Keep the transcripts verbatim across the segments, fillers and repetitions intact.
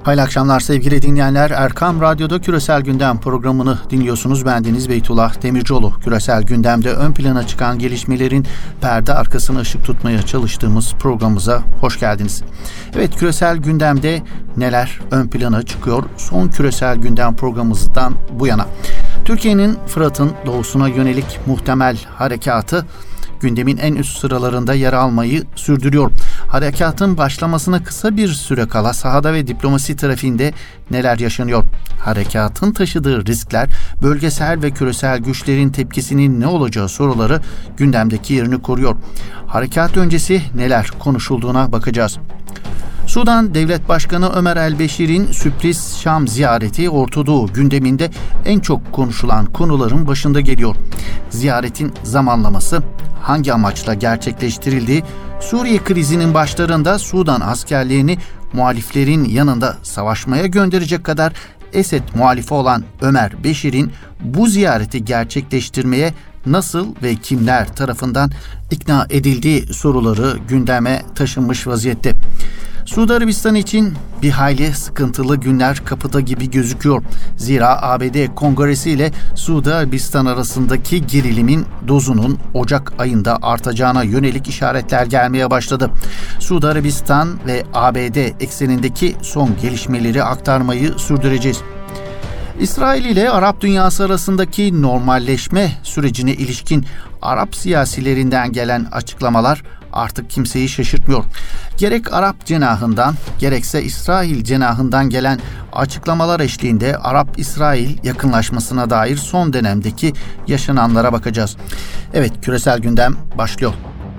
Hayırlı akşamlar sevgili dinleyenler. Erkam Radyo'da Küresel Gündem programını dinliyorsunuz. Bendeniz Beytullah Demircioğlu. Küresel gündemde ön plana çıkan gelişmelerin perde arkasına ışık tutmaya çalıştığımız programımıza hoş geldiniz. Evet, küresel gündemde neler ön plana çıkıyor? Son küresel gündem programımızdan bu yana Türkiye'nin Fırat'ın doğusuna yönelik muhtemel harekatı gündemin en üst sıralarında yer almayı sürdürüyor. Harekatın başlamasına kısa bir süre kala sahada ve diplomasi trafiğinde neler yaşanıyor? Harekatın taşıdığı riskler, bölgesel ve küresel güçlerin tepkisinin ne olacağı soruları gündemdeki yerini koruyor. Harekat öncesi neler konuşulduğuna bakacağız. Sudan Devlet Başkanı Ömer el-Beşir'in sürpriz Şam ziyareti Orta Doğu gündeminde en çok konuşulan konuların başında geliyor. Ziyaretin zamanlaması, hangi amaçla gerçekleştirildiği, Suriye krizinin başlarında Sudan askerlerini muhaliflerin yanında savaşmaya gönderecek kadar Esed muhalifi olan Ömer Beşir'in bu ziyareti gerçekleştirmeye nasıl ve kimler tarafından ikna edildiği soruları gündeme taşınmış vaziyette. Suudi Arabistan için bir hayli sıkıntılı günler kapıda gibi gözüküyor. Zira A B D Kongresi ile Suudi Arabistan arasındaki gerilimin dozunun Ocak ayında artacağına yönelik işaretler gelmeye başladı. Suudi Arabistan ve A B D eksenindeki son gelişmeleri aktarmayı sürdüreceğiz. İsrail ile Arap dünyası arasındaki normalleşme sürecine ilişkin Arap siyasilerinden gelen açıklamalar artık kimseyi şaşırtmıyor. Gerek Arap cenahından gerekse İsrail cenahından gelen açıklamalar eşliğinde Arap-İsrail yakınlaşmasına dair son dönemdeki yaşananlara bakacağız. Evet, küresel gündem başlıyor.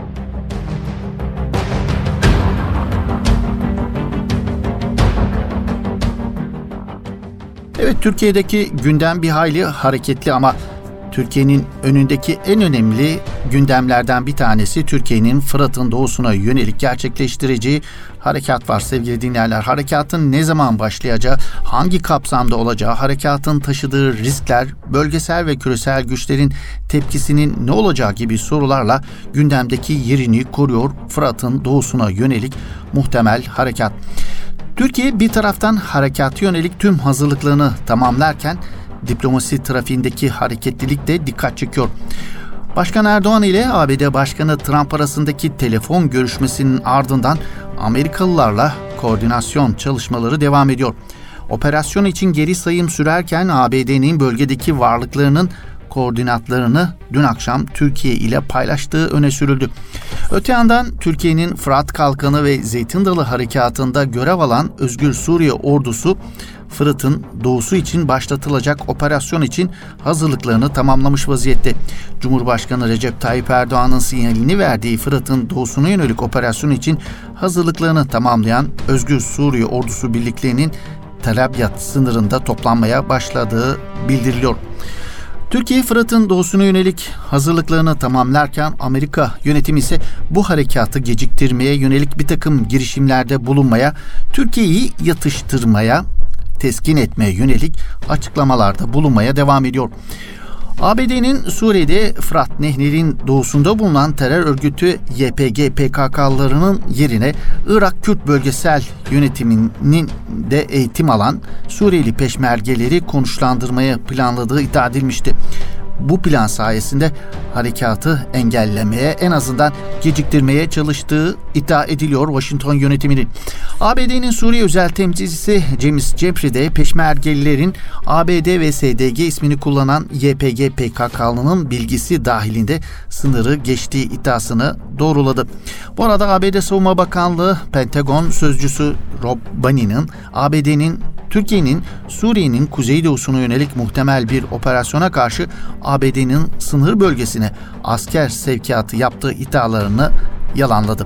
Evet, Türkiye'deki gündem bir hayli hareketli ama Türkiye'nin önündeki en önemli gündemlerden bir tanesi Türkiye'nin Fırat'ın doğusuna yönelik gerçekleştireceği harekat var sevgili dinleyenler. Harekatın ne zaman başlayacağı, hangi kapsamda olacağı, harekatın taşıdığı riskler, bölgesel ve küresel güçlerin tepkisinin ne olacağı gibi sorularla gündemdeki yerini koruyor Fırat'ın doğusuna yönelik muhtemel harekat. Türkiye bir taraftan harekata yönelik tüm hazırlıklarını tamamlarken diplomasi trafiğindeki hareketlilik de dikkat çekiyor. Başkan Erdoğan ile A B D Başkanı Trump arasındaki telefon görüşmesinin ardından Amerikalılarla koordinasyon çalışmaları devam ediyor. Operasyon için geri sayım sürerken A B D'nin bölgedeki varlıklarının koordinatlarını dün akşam Türkiye ile paylaştığı öne sürüldü. Öte yandan Türkiye'nin Fırat Kalkanı ve Zeytin Dalı harekatında görev alan Özgür Suriye ordusu Fırat'ın doğusu için başlatılacak operasyon için hazırlıklarını tamamlamış vaziyette. Cumhurbaşkanı Recep Tayyip Erdoğan'ın sinyalini verdiği Fırat'ın doğusuna yönelik operasyon için hazırlıklarını tamamlayan Özgür Suriye ordusu birliklerinin Tel Abyad sınırında toplanmaya başladığı bildiriliyor. Türkiye Fırat'ın doğusuna yönelik hazırlıklarını tamamlarken Amerika yönetimi ise bu harekatı geciktirmeye yönelik bir takım girişimlerde bulunmaya, Türkiye'yi yatıştırmaya, teskin etmeye yönelik açıklamalarda bulunmaya devam ediyor. A B D'nin Suriye'de Fırat Nehri'nin doğusunda bulunan terör örgütü Y P G P K K'larının yerine Irak Kürt Bölgesel Yönetimi'nin de eğitim alan Suriyeli peşmergeleri konuşlandırmaya planladığı iddia edilmişti. Bu plan sayesinde harekatı engellemeye, en azından geciktirmeye çalıştığı iddia ediliyor Washington yönetiminin. A B D'nin Suriye özel temsilcisi James Jeffrey de peşmergelilerin A B D ve S D G ismini kullanan Y P G P K K'nın bilgisi dahilinde sınırı geçtiği iddiasını doğruladı. Bu arada A B D Savunma Bakanlığı Pentagon sözcüsü Rob Bunny'nin A B D'nin Türkiye'nin Suriye'nin kuzeydoğusuna yönelik muhtemel bir operasyona karşı A B D'nin sınır bölgesine asker sevkiyatı yaptığı iddialarını yalanladı.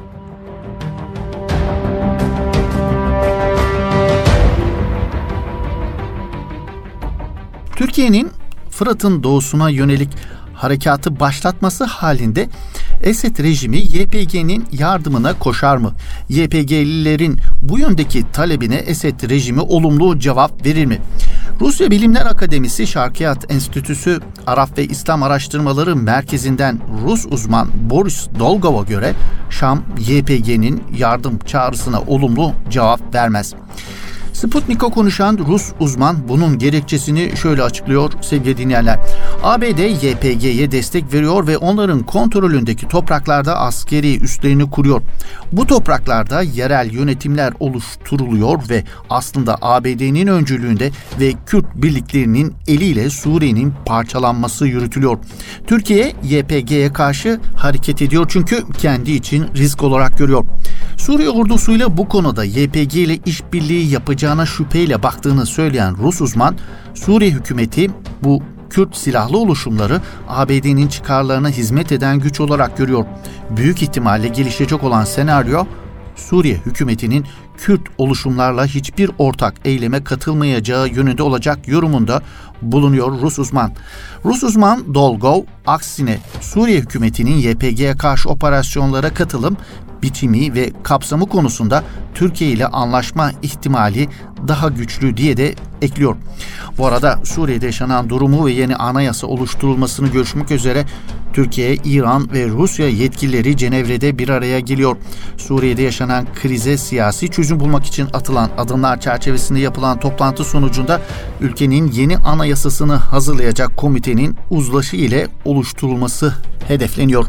Türkiye'nin Fırat'ın doğusuna yönelik harekatı başlatması halinde Esed rejimi Y P G'nin yardımına koşar mı? Y P G'lilerin bu yöndeki talebine Esed rejimi olumlu cevap verir mi? Rusya Bilimler Akademisi Şarkiyat Enstitüsü Arap ve İslam Araştırmaları Merkezi'nden Rus uzman Boris Dolgov'a göre Şam, Y P G'nin yardım çağrısına olumlu cevap vermez. Sputnik'e konuşan Rus uzman bunun gerekçesini şöyle açıklıyor sevgili dinleyenler. A B D Y P G'ye destek veriyor ve onların kontrolündeki topraklarda askeri üslerini kuruyor. Bu topraklarda yerel yönetimler oluşturuluyor ve aslında A B D'nin öncülüğünde ve Kürt birliklerinin eliyle Suriye'nin parçalanması yürütülüyor. Türkiye Y P G'ye karşı hareket ediyor çünkü kendi için risk olarak görüyor. Suriye ordusuyla bu konuda Y P G ile işbirliği yapacağına şüpheyle baktığını söyleyen Rus uzman, Suriye hükümeti bu Kürt silahlı oluşumları A B D'nin çıkarlarına hizmet eden güç olarak görüyor. Büyük ihtimalle gelişecek olan senaryo, Suriye hükümetinin Kürt oluşumlarla hiçbir ortak eyleme katılmayacağı yönünde olacak yorumunda bulunuyor Rus uzman. Rus uzman Dolgov, aksine Suriye hükümetinin Y P G'ye karşı operasyonlara katılım, biçimi ve kapsamı konusunda Türkiye ile anlaşma ihtimali daha güçlü diye de ekliyor. Bu arada Suriye'de yaşanan durumu ve yeni anayasa oluşturulmasını görüşmek üzere Türkiye, İran ve Rusya yetkilileri Cenevre'de bir araya geliyor. Suriye'de yaşanan krize siyasi çözüm bulmak için atılan adımlar çerçevesinde yapılan toplantı sonucunda ülkenin yeni anayasasını hazırlayacak komitenin uzlaşı ile oluşturulması hedefleniyor.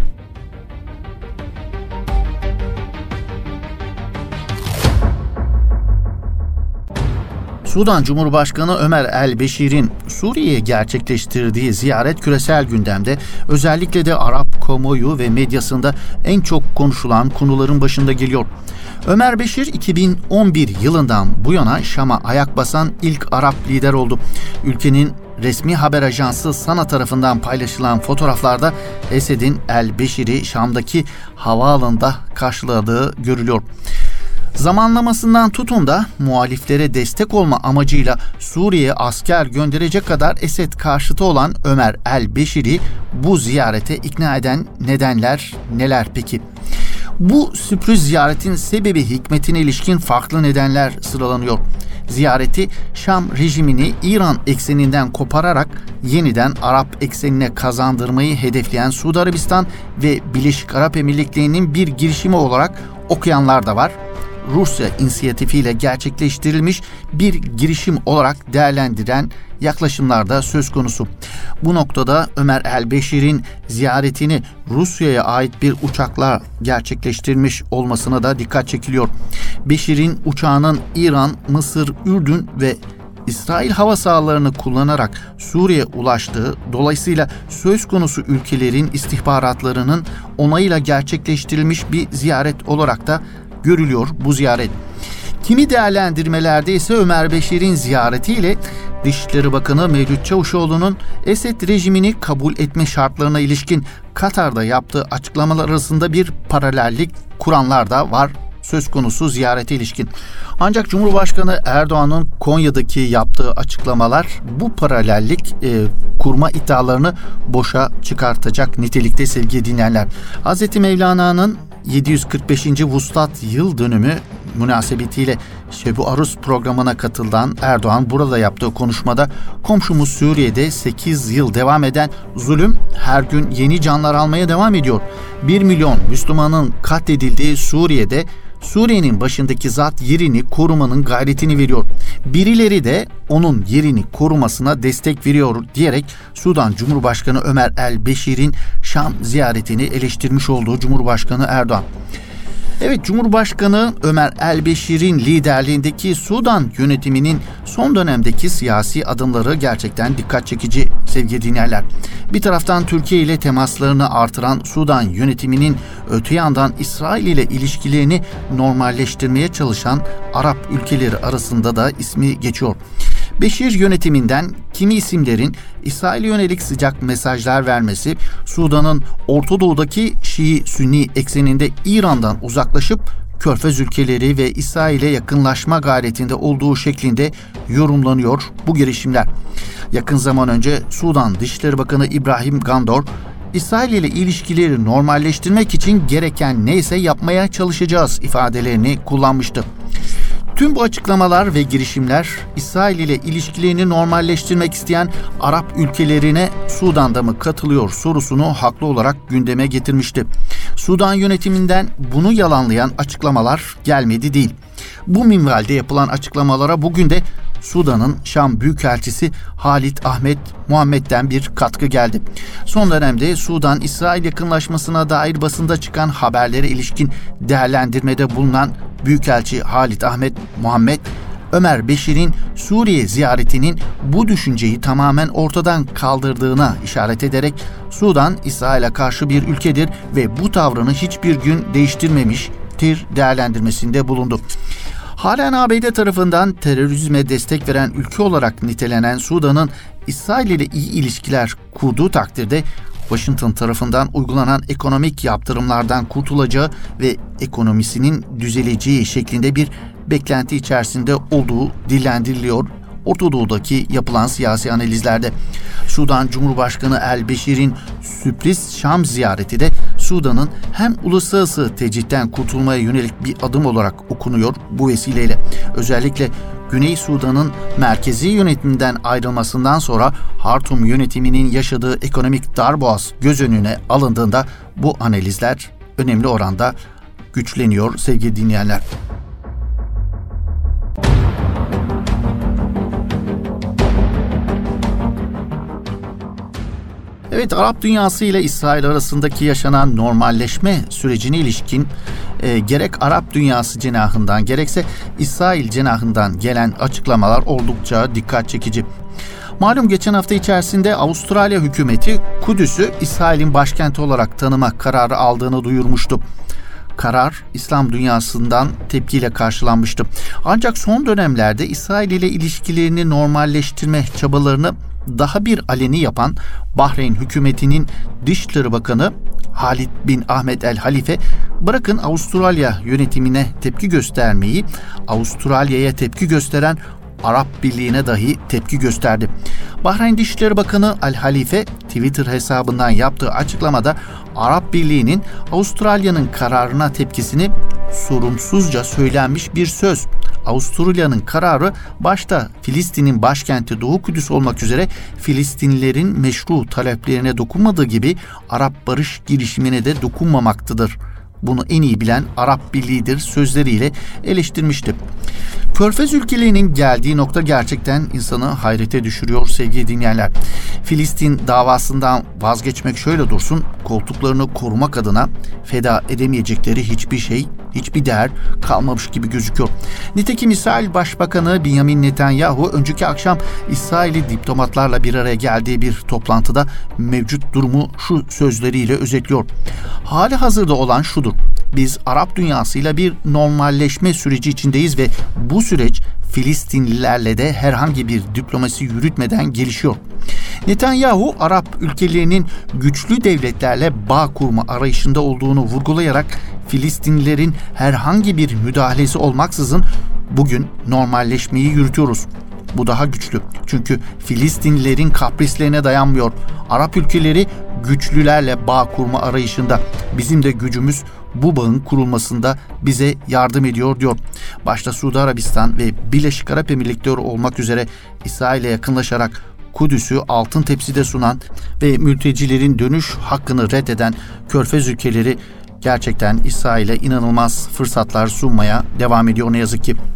Sudan Cumhurbaşkanı Ömer el-Beşir'in Suriye'ye gerçekleştirdiği ziyaret küresel gündemde, özellikle de Arap kamuoyu ve medyasında en çok konuşulan konuların başında geliyor. Ömer Beşir iki bin on bir yılından bu yana Şam'a ayak basan ilk Arap lider oldu. Ülkenin resmi haber ajansı SANA tarafından paylaşılan fotoğraflarda Esed'in el-Beşir'i Şam'daki havaalanında karşıladığı görülüyor. Zamanlamasından tutun da muhaliflere destek olma amacıyla Suriye'ye asker gönderecek kadar Esed karşıtı olan Ömer el-Beşir'i bu ziyarete ikna eden nedenler neler peki? Bu sürpriz ziyaretin sebebi hikmetine ilişkin farklı nedenler sıralanıyor. Ziyareti Şam rejimini İran ekseninden kopararak yeniden Arap eksenine kazandırmayı hedefleyen Suudi Arabistan ve Birleşik Arap Emirlikleri'nin bir girişimi olarak okuyanlar da var. Rusya inisiyatifiyle gerçekleştirilmiş bir girişim olarak değerlendiren yaklaşımlar da söz konusu. Bu noktada Ömer el-Beşir'in ziyaretini Rusya'ya ait bir uçakla gerçekleştirmiş olmasına da dikkat çekiliyor. Beşir'in uçağının İran, Mısır, Ürdün ve İsrail hava sahalarını kullanarak Suriye'ye ulaştığı, dolayısıyla söz konusu ülkelerin istihbaratlarının onayıyla gerçekleştirilmiş bir ziyaret olarak da görülüyor bu ziyaret. Kimi değerlendirmelerde ise Ömer Beşir'in ziyaretiyle Dışişleri Bakanı Mevlüt Çavuşoğlu'nun Esed rejimini kabul etme şartlarına ilişkin Katar'da yaptığı açıklamalar arasında bir paralellik kuranlar da var söz konusu ziyarete ilişkin. Ancak Cumhurbaşkanı Erdoğan'ın Konya'daki yaptığı açıklamalar bu paralellik e, kurma iddialarını boşa çıkartacak nitelikte sevgili dinleyenler. Hazreti Mevlana'nın yedi yüz kırk beşinci Vuslat yıl dönümü münasebetiyle Şebu Arus programına katılan Erdoğan burada yaptığı konuşmada komşumuz Suriye'de sekiz yıl devam eden zulüm her gün yeni canlar almaya devam ediyor. bir milyon Müslümanın katledildiği Suriye'de Suriye'nin başındaki zat yerini korumanın gayretini veriyor. Birileri de onun yerini korumasına destek veriyor diyerek Sudan Cumhurbaşkanı Ömer el-Beşir'in Şam ziyaretini eleştirmiş olduğu Cumhurbaşkanı Erdoğan. Evet, Cumhurbaşkanı Ömer el-Beşir'in liderliğindeki Sudan yönetiminin son dönemdeki siyasi adımları gerçekten dikkat çekici sevgili dinleyenler. Bir taraftan Türkiye ile temaslarını artıran Sudan yönetiminin öte yandan İsrail ile ilişkilerini normalleştirmeye çalışan Arap ülkeleri arasında da ismi geçiyor. Beşir yönetiminden kimi isimlerin İsrail'e yönelik sıcak mesajlar vermesi, Sudan'ın Orta Doğu'daki Şii-Sünni ekseninde İran'dan uzaklaşıp Körfez ülkeleri ve İsrail'e yakınlaşma gayretinde olduğu şeklinde yorumlanıyor bu girişimler. Yakın zaman önce Sudan Dışişleri Bakanı İbrahim Gandor, İsrail ile ilişkileri normalleştirmek için gereken neyse yapmaya çalışacağız ifadelerini kullanmıştı. Tüm bu açıklamalar ve girişimler İsrail ile ilişkilerini normalleştirmek isteyen Arap ülkelerine Sudan'da mı katılıyor sorusunu haklı olarak gündeme getirmişti. Sudan yönetiminden bunu yalanlayan açıklamalar gelmedi değil. Bu minvalde yapılan açıklamalara bugün de Sudan'ın Şam Büyükelçisi Halit Ahmet Muhammed'den bir katkı geldi. Son dönemde Sudan-İsrail yakınlaşmasına dair basında çıkan haberlere ilişkin değerlendirmede bulunan Büyükelçi Halit Ahmet Muhammed, Ömer Beşir'in Suriye ziyaretinin bu düşünceyi tamamen ortadan kaldırdığına işaret ederek Sudan, İsrail'e karşı bir ülkedir ve bu tavrını hiçbir gün değiştirmemiştir değerlendirmesinde bulundu. Halen A B D tarafından terörizme destek veren ülke olarak nitelenen Sudan'ın İsrail ile iyi ilişkiler kurduğu takdirde Washington tarafından uygulanan ekonomik yaptırımlardan kurtulacağı ve ekonomisinin düzeleceği şeklinde bir beklenti içerisinde olduğu dillendiriliyor Orta Doğu'daki yapılan siyasi analizlerde. Sudan Cumhurbaşkanı El-Beşir'in sürpriz Şam ziyareti de Sudan'ın hem uluslararası tecritten kurtulmaya yönelik bir adım olarak okunuyor bu vesileyle. Özellikle Güney Sudan'ın merkezi yönetiminden ayrılmasından sonra Hartum yönetiminin yaşadığı ekonomik darboğaz göz önüne alındığında bu analizler önemli oranda güçleniyor sevgili dinleyenler. Evet, Arap dünyası ile İsrail arasındaki yaşanan normalleşme sürecine ilişkin e, gerek Arap dünyası cenahından gerekse İsrail cenahından gelen açıklamalar oldukça dikkat çekici. Malum geçen hafta içerisinde Avustralya hükümeti Kudüs'ü İsrail'in başkenti olarak tanıma kararı aldığını duyurmuştu. Karar İslam dünyasından tepkiyle karşılanmıştı. Ancak son dönemlerde İsrail ile ilişkilerini normalleştirme çabalarını daha bir aleni yapan Bahreyn hükümetinin Dışişleri Bakanı Halid bin Ahmed El Halife, bırakın Avustralya yönetimine tepki göstermeyi, Avustralya'ya tepki gösteren Arap Birliği'ne dahi tepki gösterdi. Bahreyn Dışişleri Bakanı El Halife Twitter hesabından yaptığı açıklamada Arap Birliği'nin Avustralya'nın kararına tepkisini sorumsuzca söylenmiş bir söz. Avustralya'nın kararı başta Filistin'in başkenti Doğu Kudüs olmak üzere Filistinlilerin meşru taleplerine dokunmadığı gibi Arap barış girişimine de dokunmamaktadır. Bunu en iyi bilen Arap Birliği'dir sözleriyle eleştirmişti. Körfez ülkelerinin geldiği nokta gerçekten insanı hayrete düşürüyor sevgili dinleyenler. Filistin davasından vazgeçmek şöyle dursun, koltuklarını korumak adına feda edemeyecekleri hiçbir şey, hiçbir değer kalmamış gibi gözüküyor. Nitekim İsrail Başbakanı Benjamin Netanyahu önceki akşam İsrail'i diplomatlarla bir araya geldiği bir toplantıda mevcut durumu şu sözleriyle özetliyor. Hali hazırda olan şudur: biz Arap dünyasıyla bir normalleşme süreci içindeyiz ve bu süreç Filistinlilerle de herhangi bir diplomasi yürütmeden gelişiyor. Netanyahu, Arap ülkelerinin güçlü devletlerle bağ kurma arayışında olduğunu vurgulayarak Filistinlilerin herhangi bir müdahalesi olmaksızın bugün normalleşmeyi yürütüyoruz. Bu daha güçlü. Çünkü Filistinlilerin kaprislerine dayanmıyor. Arap ülkeleri güçlülerle bağ kurma arayışında. Bizim de gücümüz bu bağın kurulmasında bize yardım ediyor diyor. Başta Suudi Arabistan ve Birleşik Arap Emirlikleri olmak üzere İsrail'e yakınlaşarak Kudüs'ü altın tepside sunan ve mültecilerin dönüş hakkını reddeden Körfez ülkeleri gerçekten İsrail'e inanılmaz fırsatlar sunmaya devam ediyor ne yazık ki.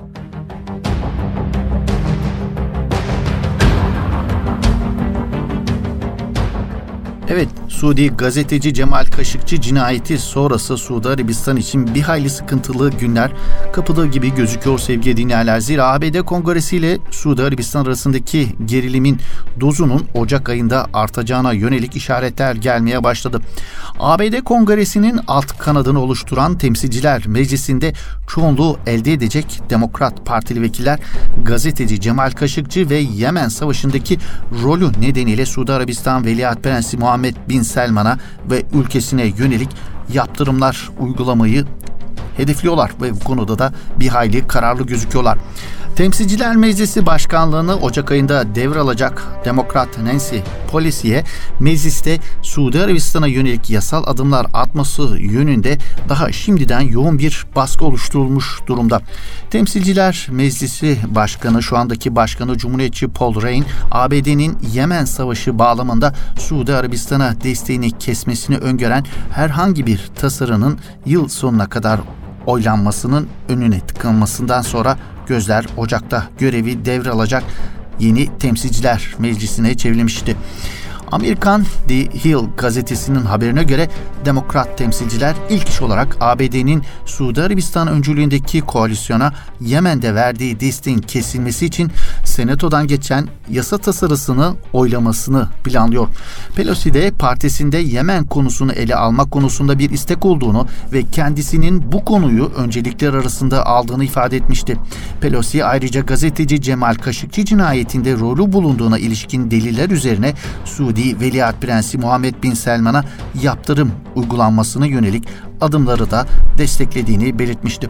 Evet, Suudi gazeteci Cemal Kaşıkçı cinayeti sonrası Suudi Arabistan için bir hayli sıkıntılı günler kapıda gibi gözüküyor sevgili dinleyenler. Zira A B D Kongresi ile Suudi Arabistan arasındaki gerilimin dozunun Ocak ayında artacağına yönelik işaretler gelmeye başladı. A B D Kongresi'nin alt kanadını oluşturan Temsilciler Meclisi'nde çoğunluğu elde edecek Demokrat Partili vekiller gazeteci Cemal Kaşıkçı ve Yemen Savaşı'ndaki rolü nedeniyle Suudi Arabistan Veliaht Prensi Muhammed Bin Selman'a ve ülkesine yönelik yaptırımlar uygulamayı hedefliyorlar ve bu konuda da bir hayli kararlı gözüküyorlar. Temsilciler Meclisi Başkanlığı'nı Ocak ayında devralacak Demokrat Nancy Pelosi'ye mecliste Suudi Arabistan'a yönelik yasal adımlar atması yönünde daha şimdiden yoğun bir baskı oluşturulmuş durumda. Temsilciler Meclisi Başkanı, şu andaki Başkanı Cumhuriyetçi Paul Ryan, A B D'nin Yemen Savaşı bağlamında Suudi Arabistan'a desteğini kesmesini öngören herhangi bir tasarının yıl sonuna kadar oylanmasının önüne tıkanmasından sonra gözler Ocak'ta görevi devralacak yeni Temsilciler Meclisi'ne çevrilmişti. Amerikan The Hill gazetesinin haberine göre Demokrat temsilciler ilk iş olarak A B D'nin Suudi Arabistan öncülüğündeki koalisyona Yemen'de verdiği desteğin kesilmesi için Senato'dan geçen yasa tasarısını oylamasını planlıyor. Pelosi de partisinde Yemen konusunu ele almak konusunda bir istek olduğunu ve kendisinin bu konuyu öncelikler arasında aldığını ifade etmişti. Pelosi ayrıca gazeteci Cemal Kaşıkçı cinayetinde rolü bulunduğuna ilişkin deliller üzerine Suudi Veliaht Prensi Muhammed Bin Selman'a yaptırım uygulanmasına yönelik adımları da desteklediğini belirtmişti.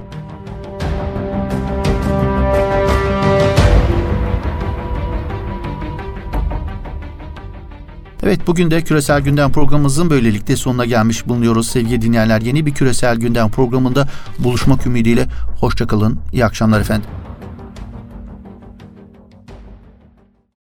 Evet, bugün de Küresel Gündem programımızın böylelikle sonuna gelmiş bulunuyoruz. Sevgili dinleyenler, yeni bir Küresel Gündem programında buluşmak ümidiyle hoşça kalın. İyi akşamlar efendim.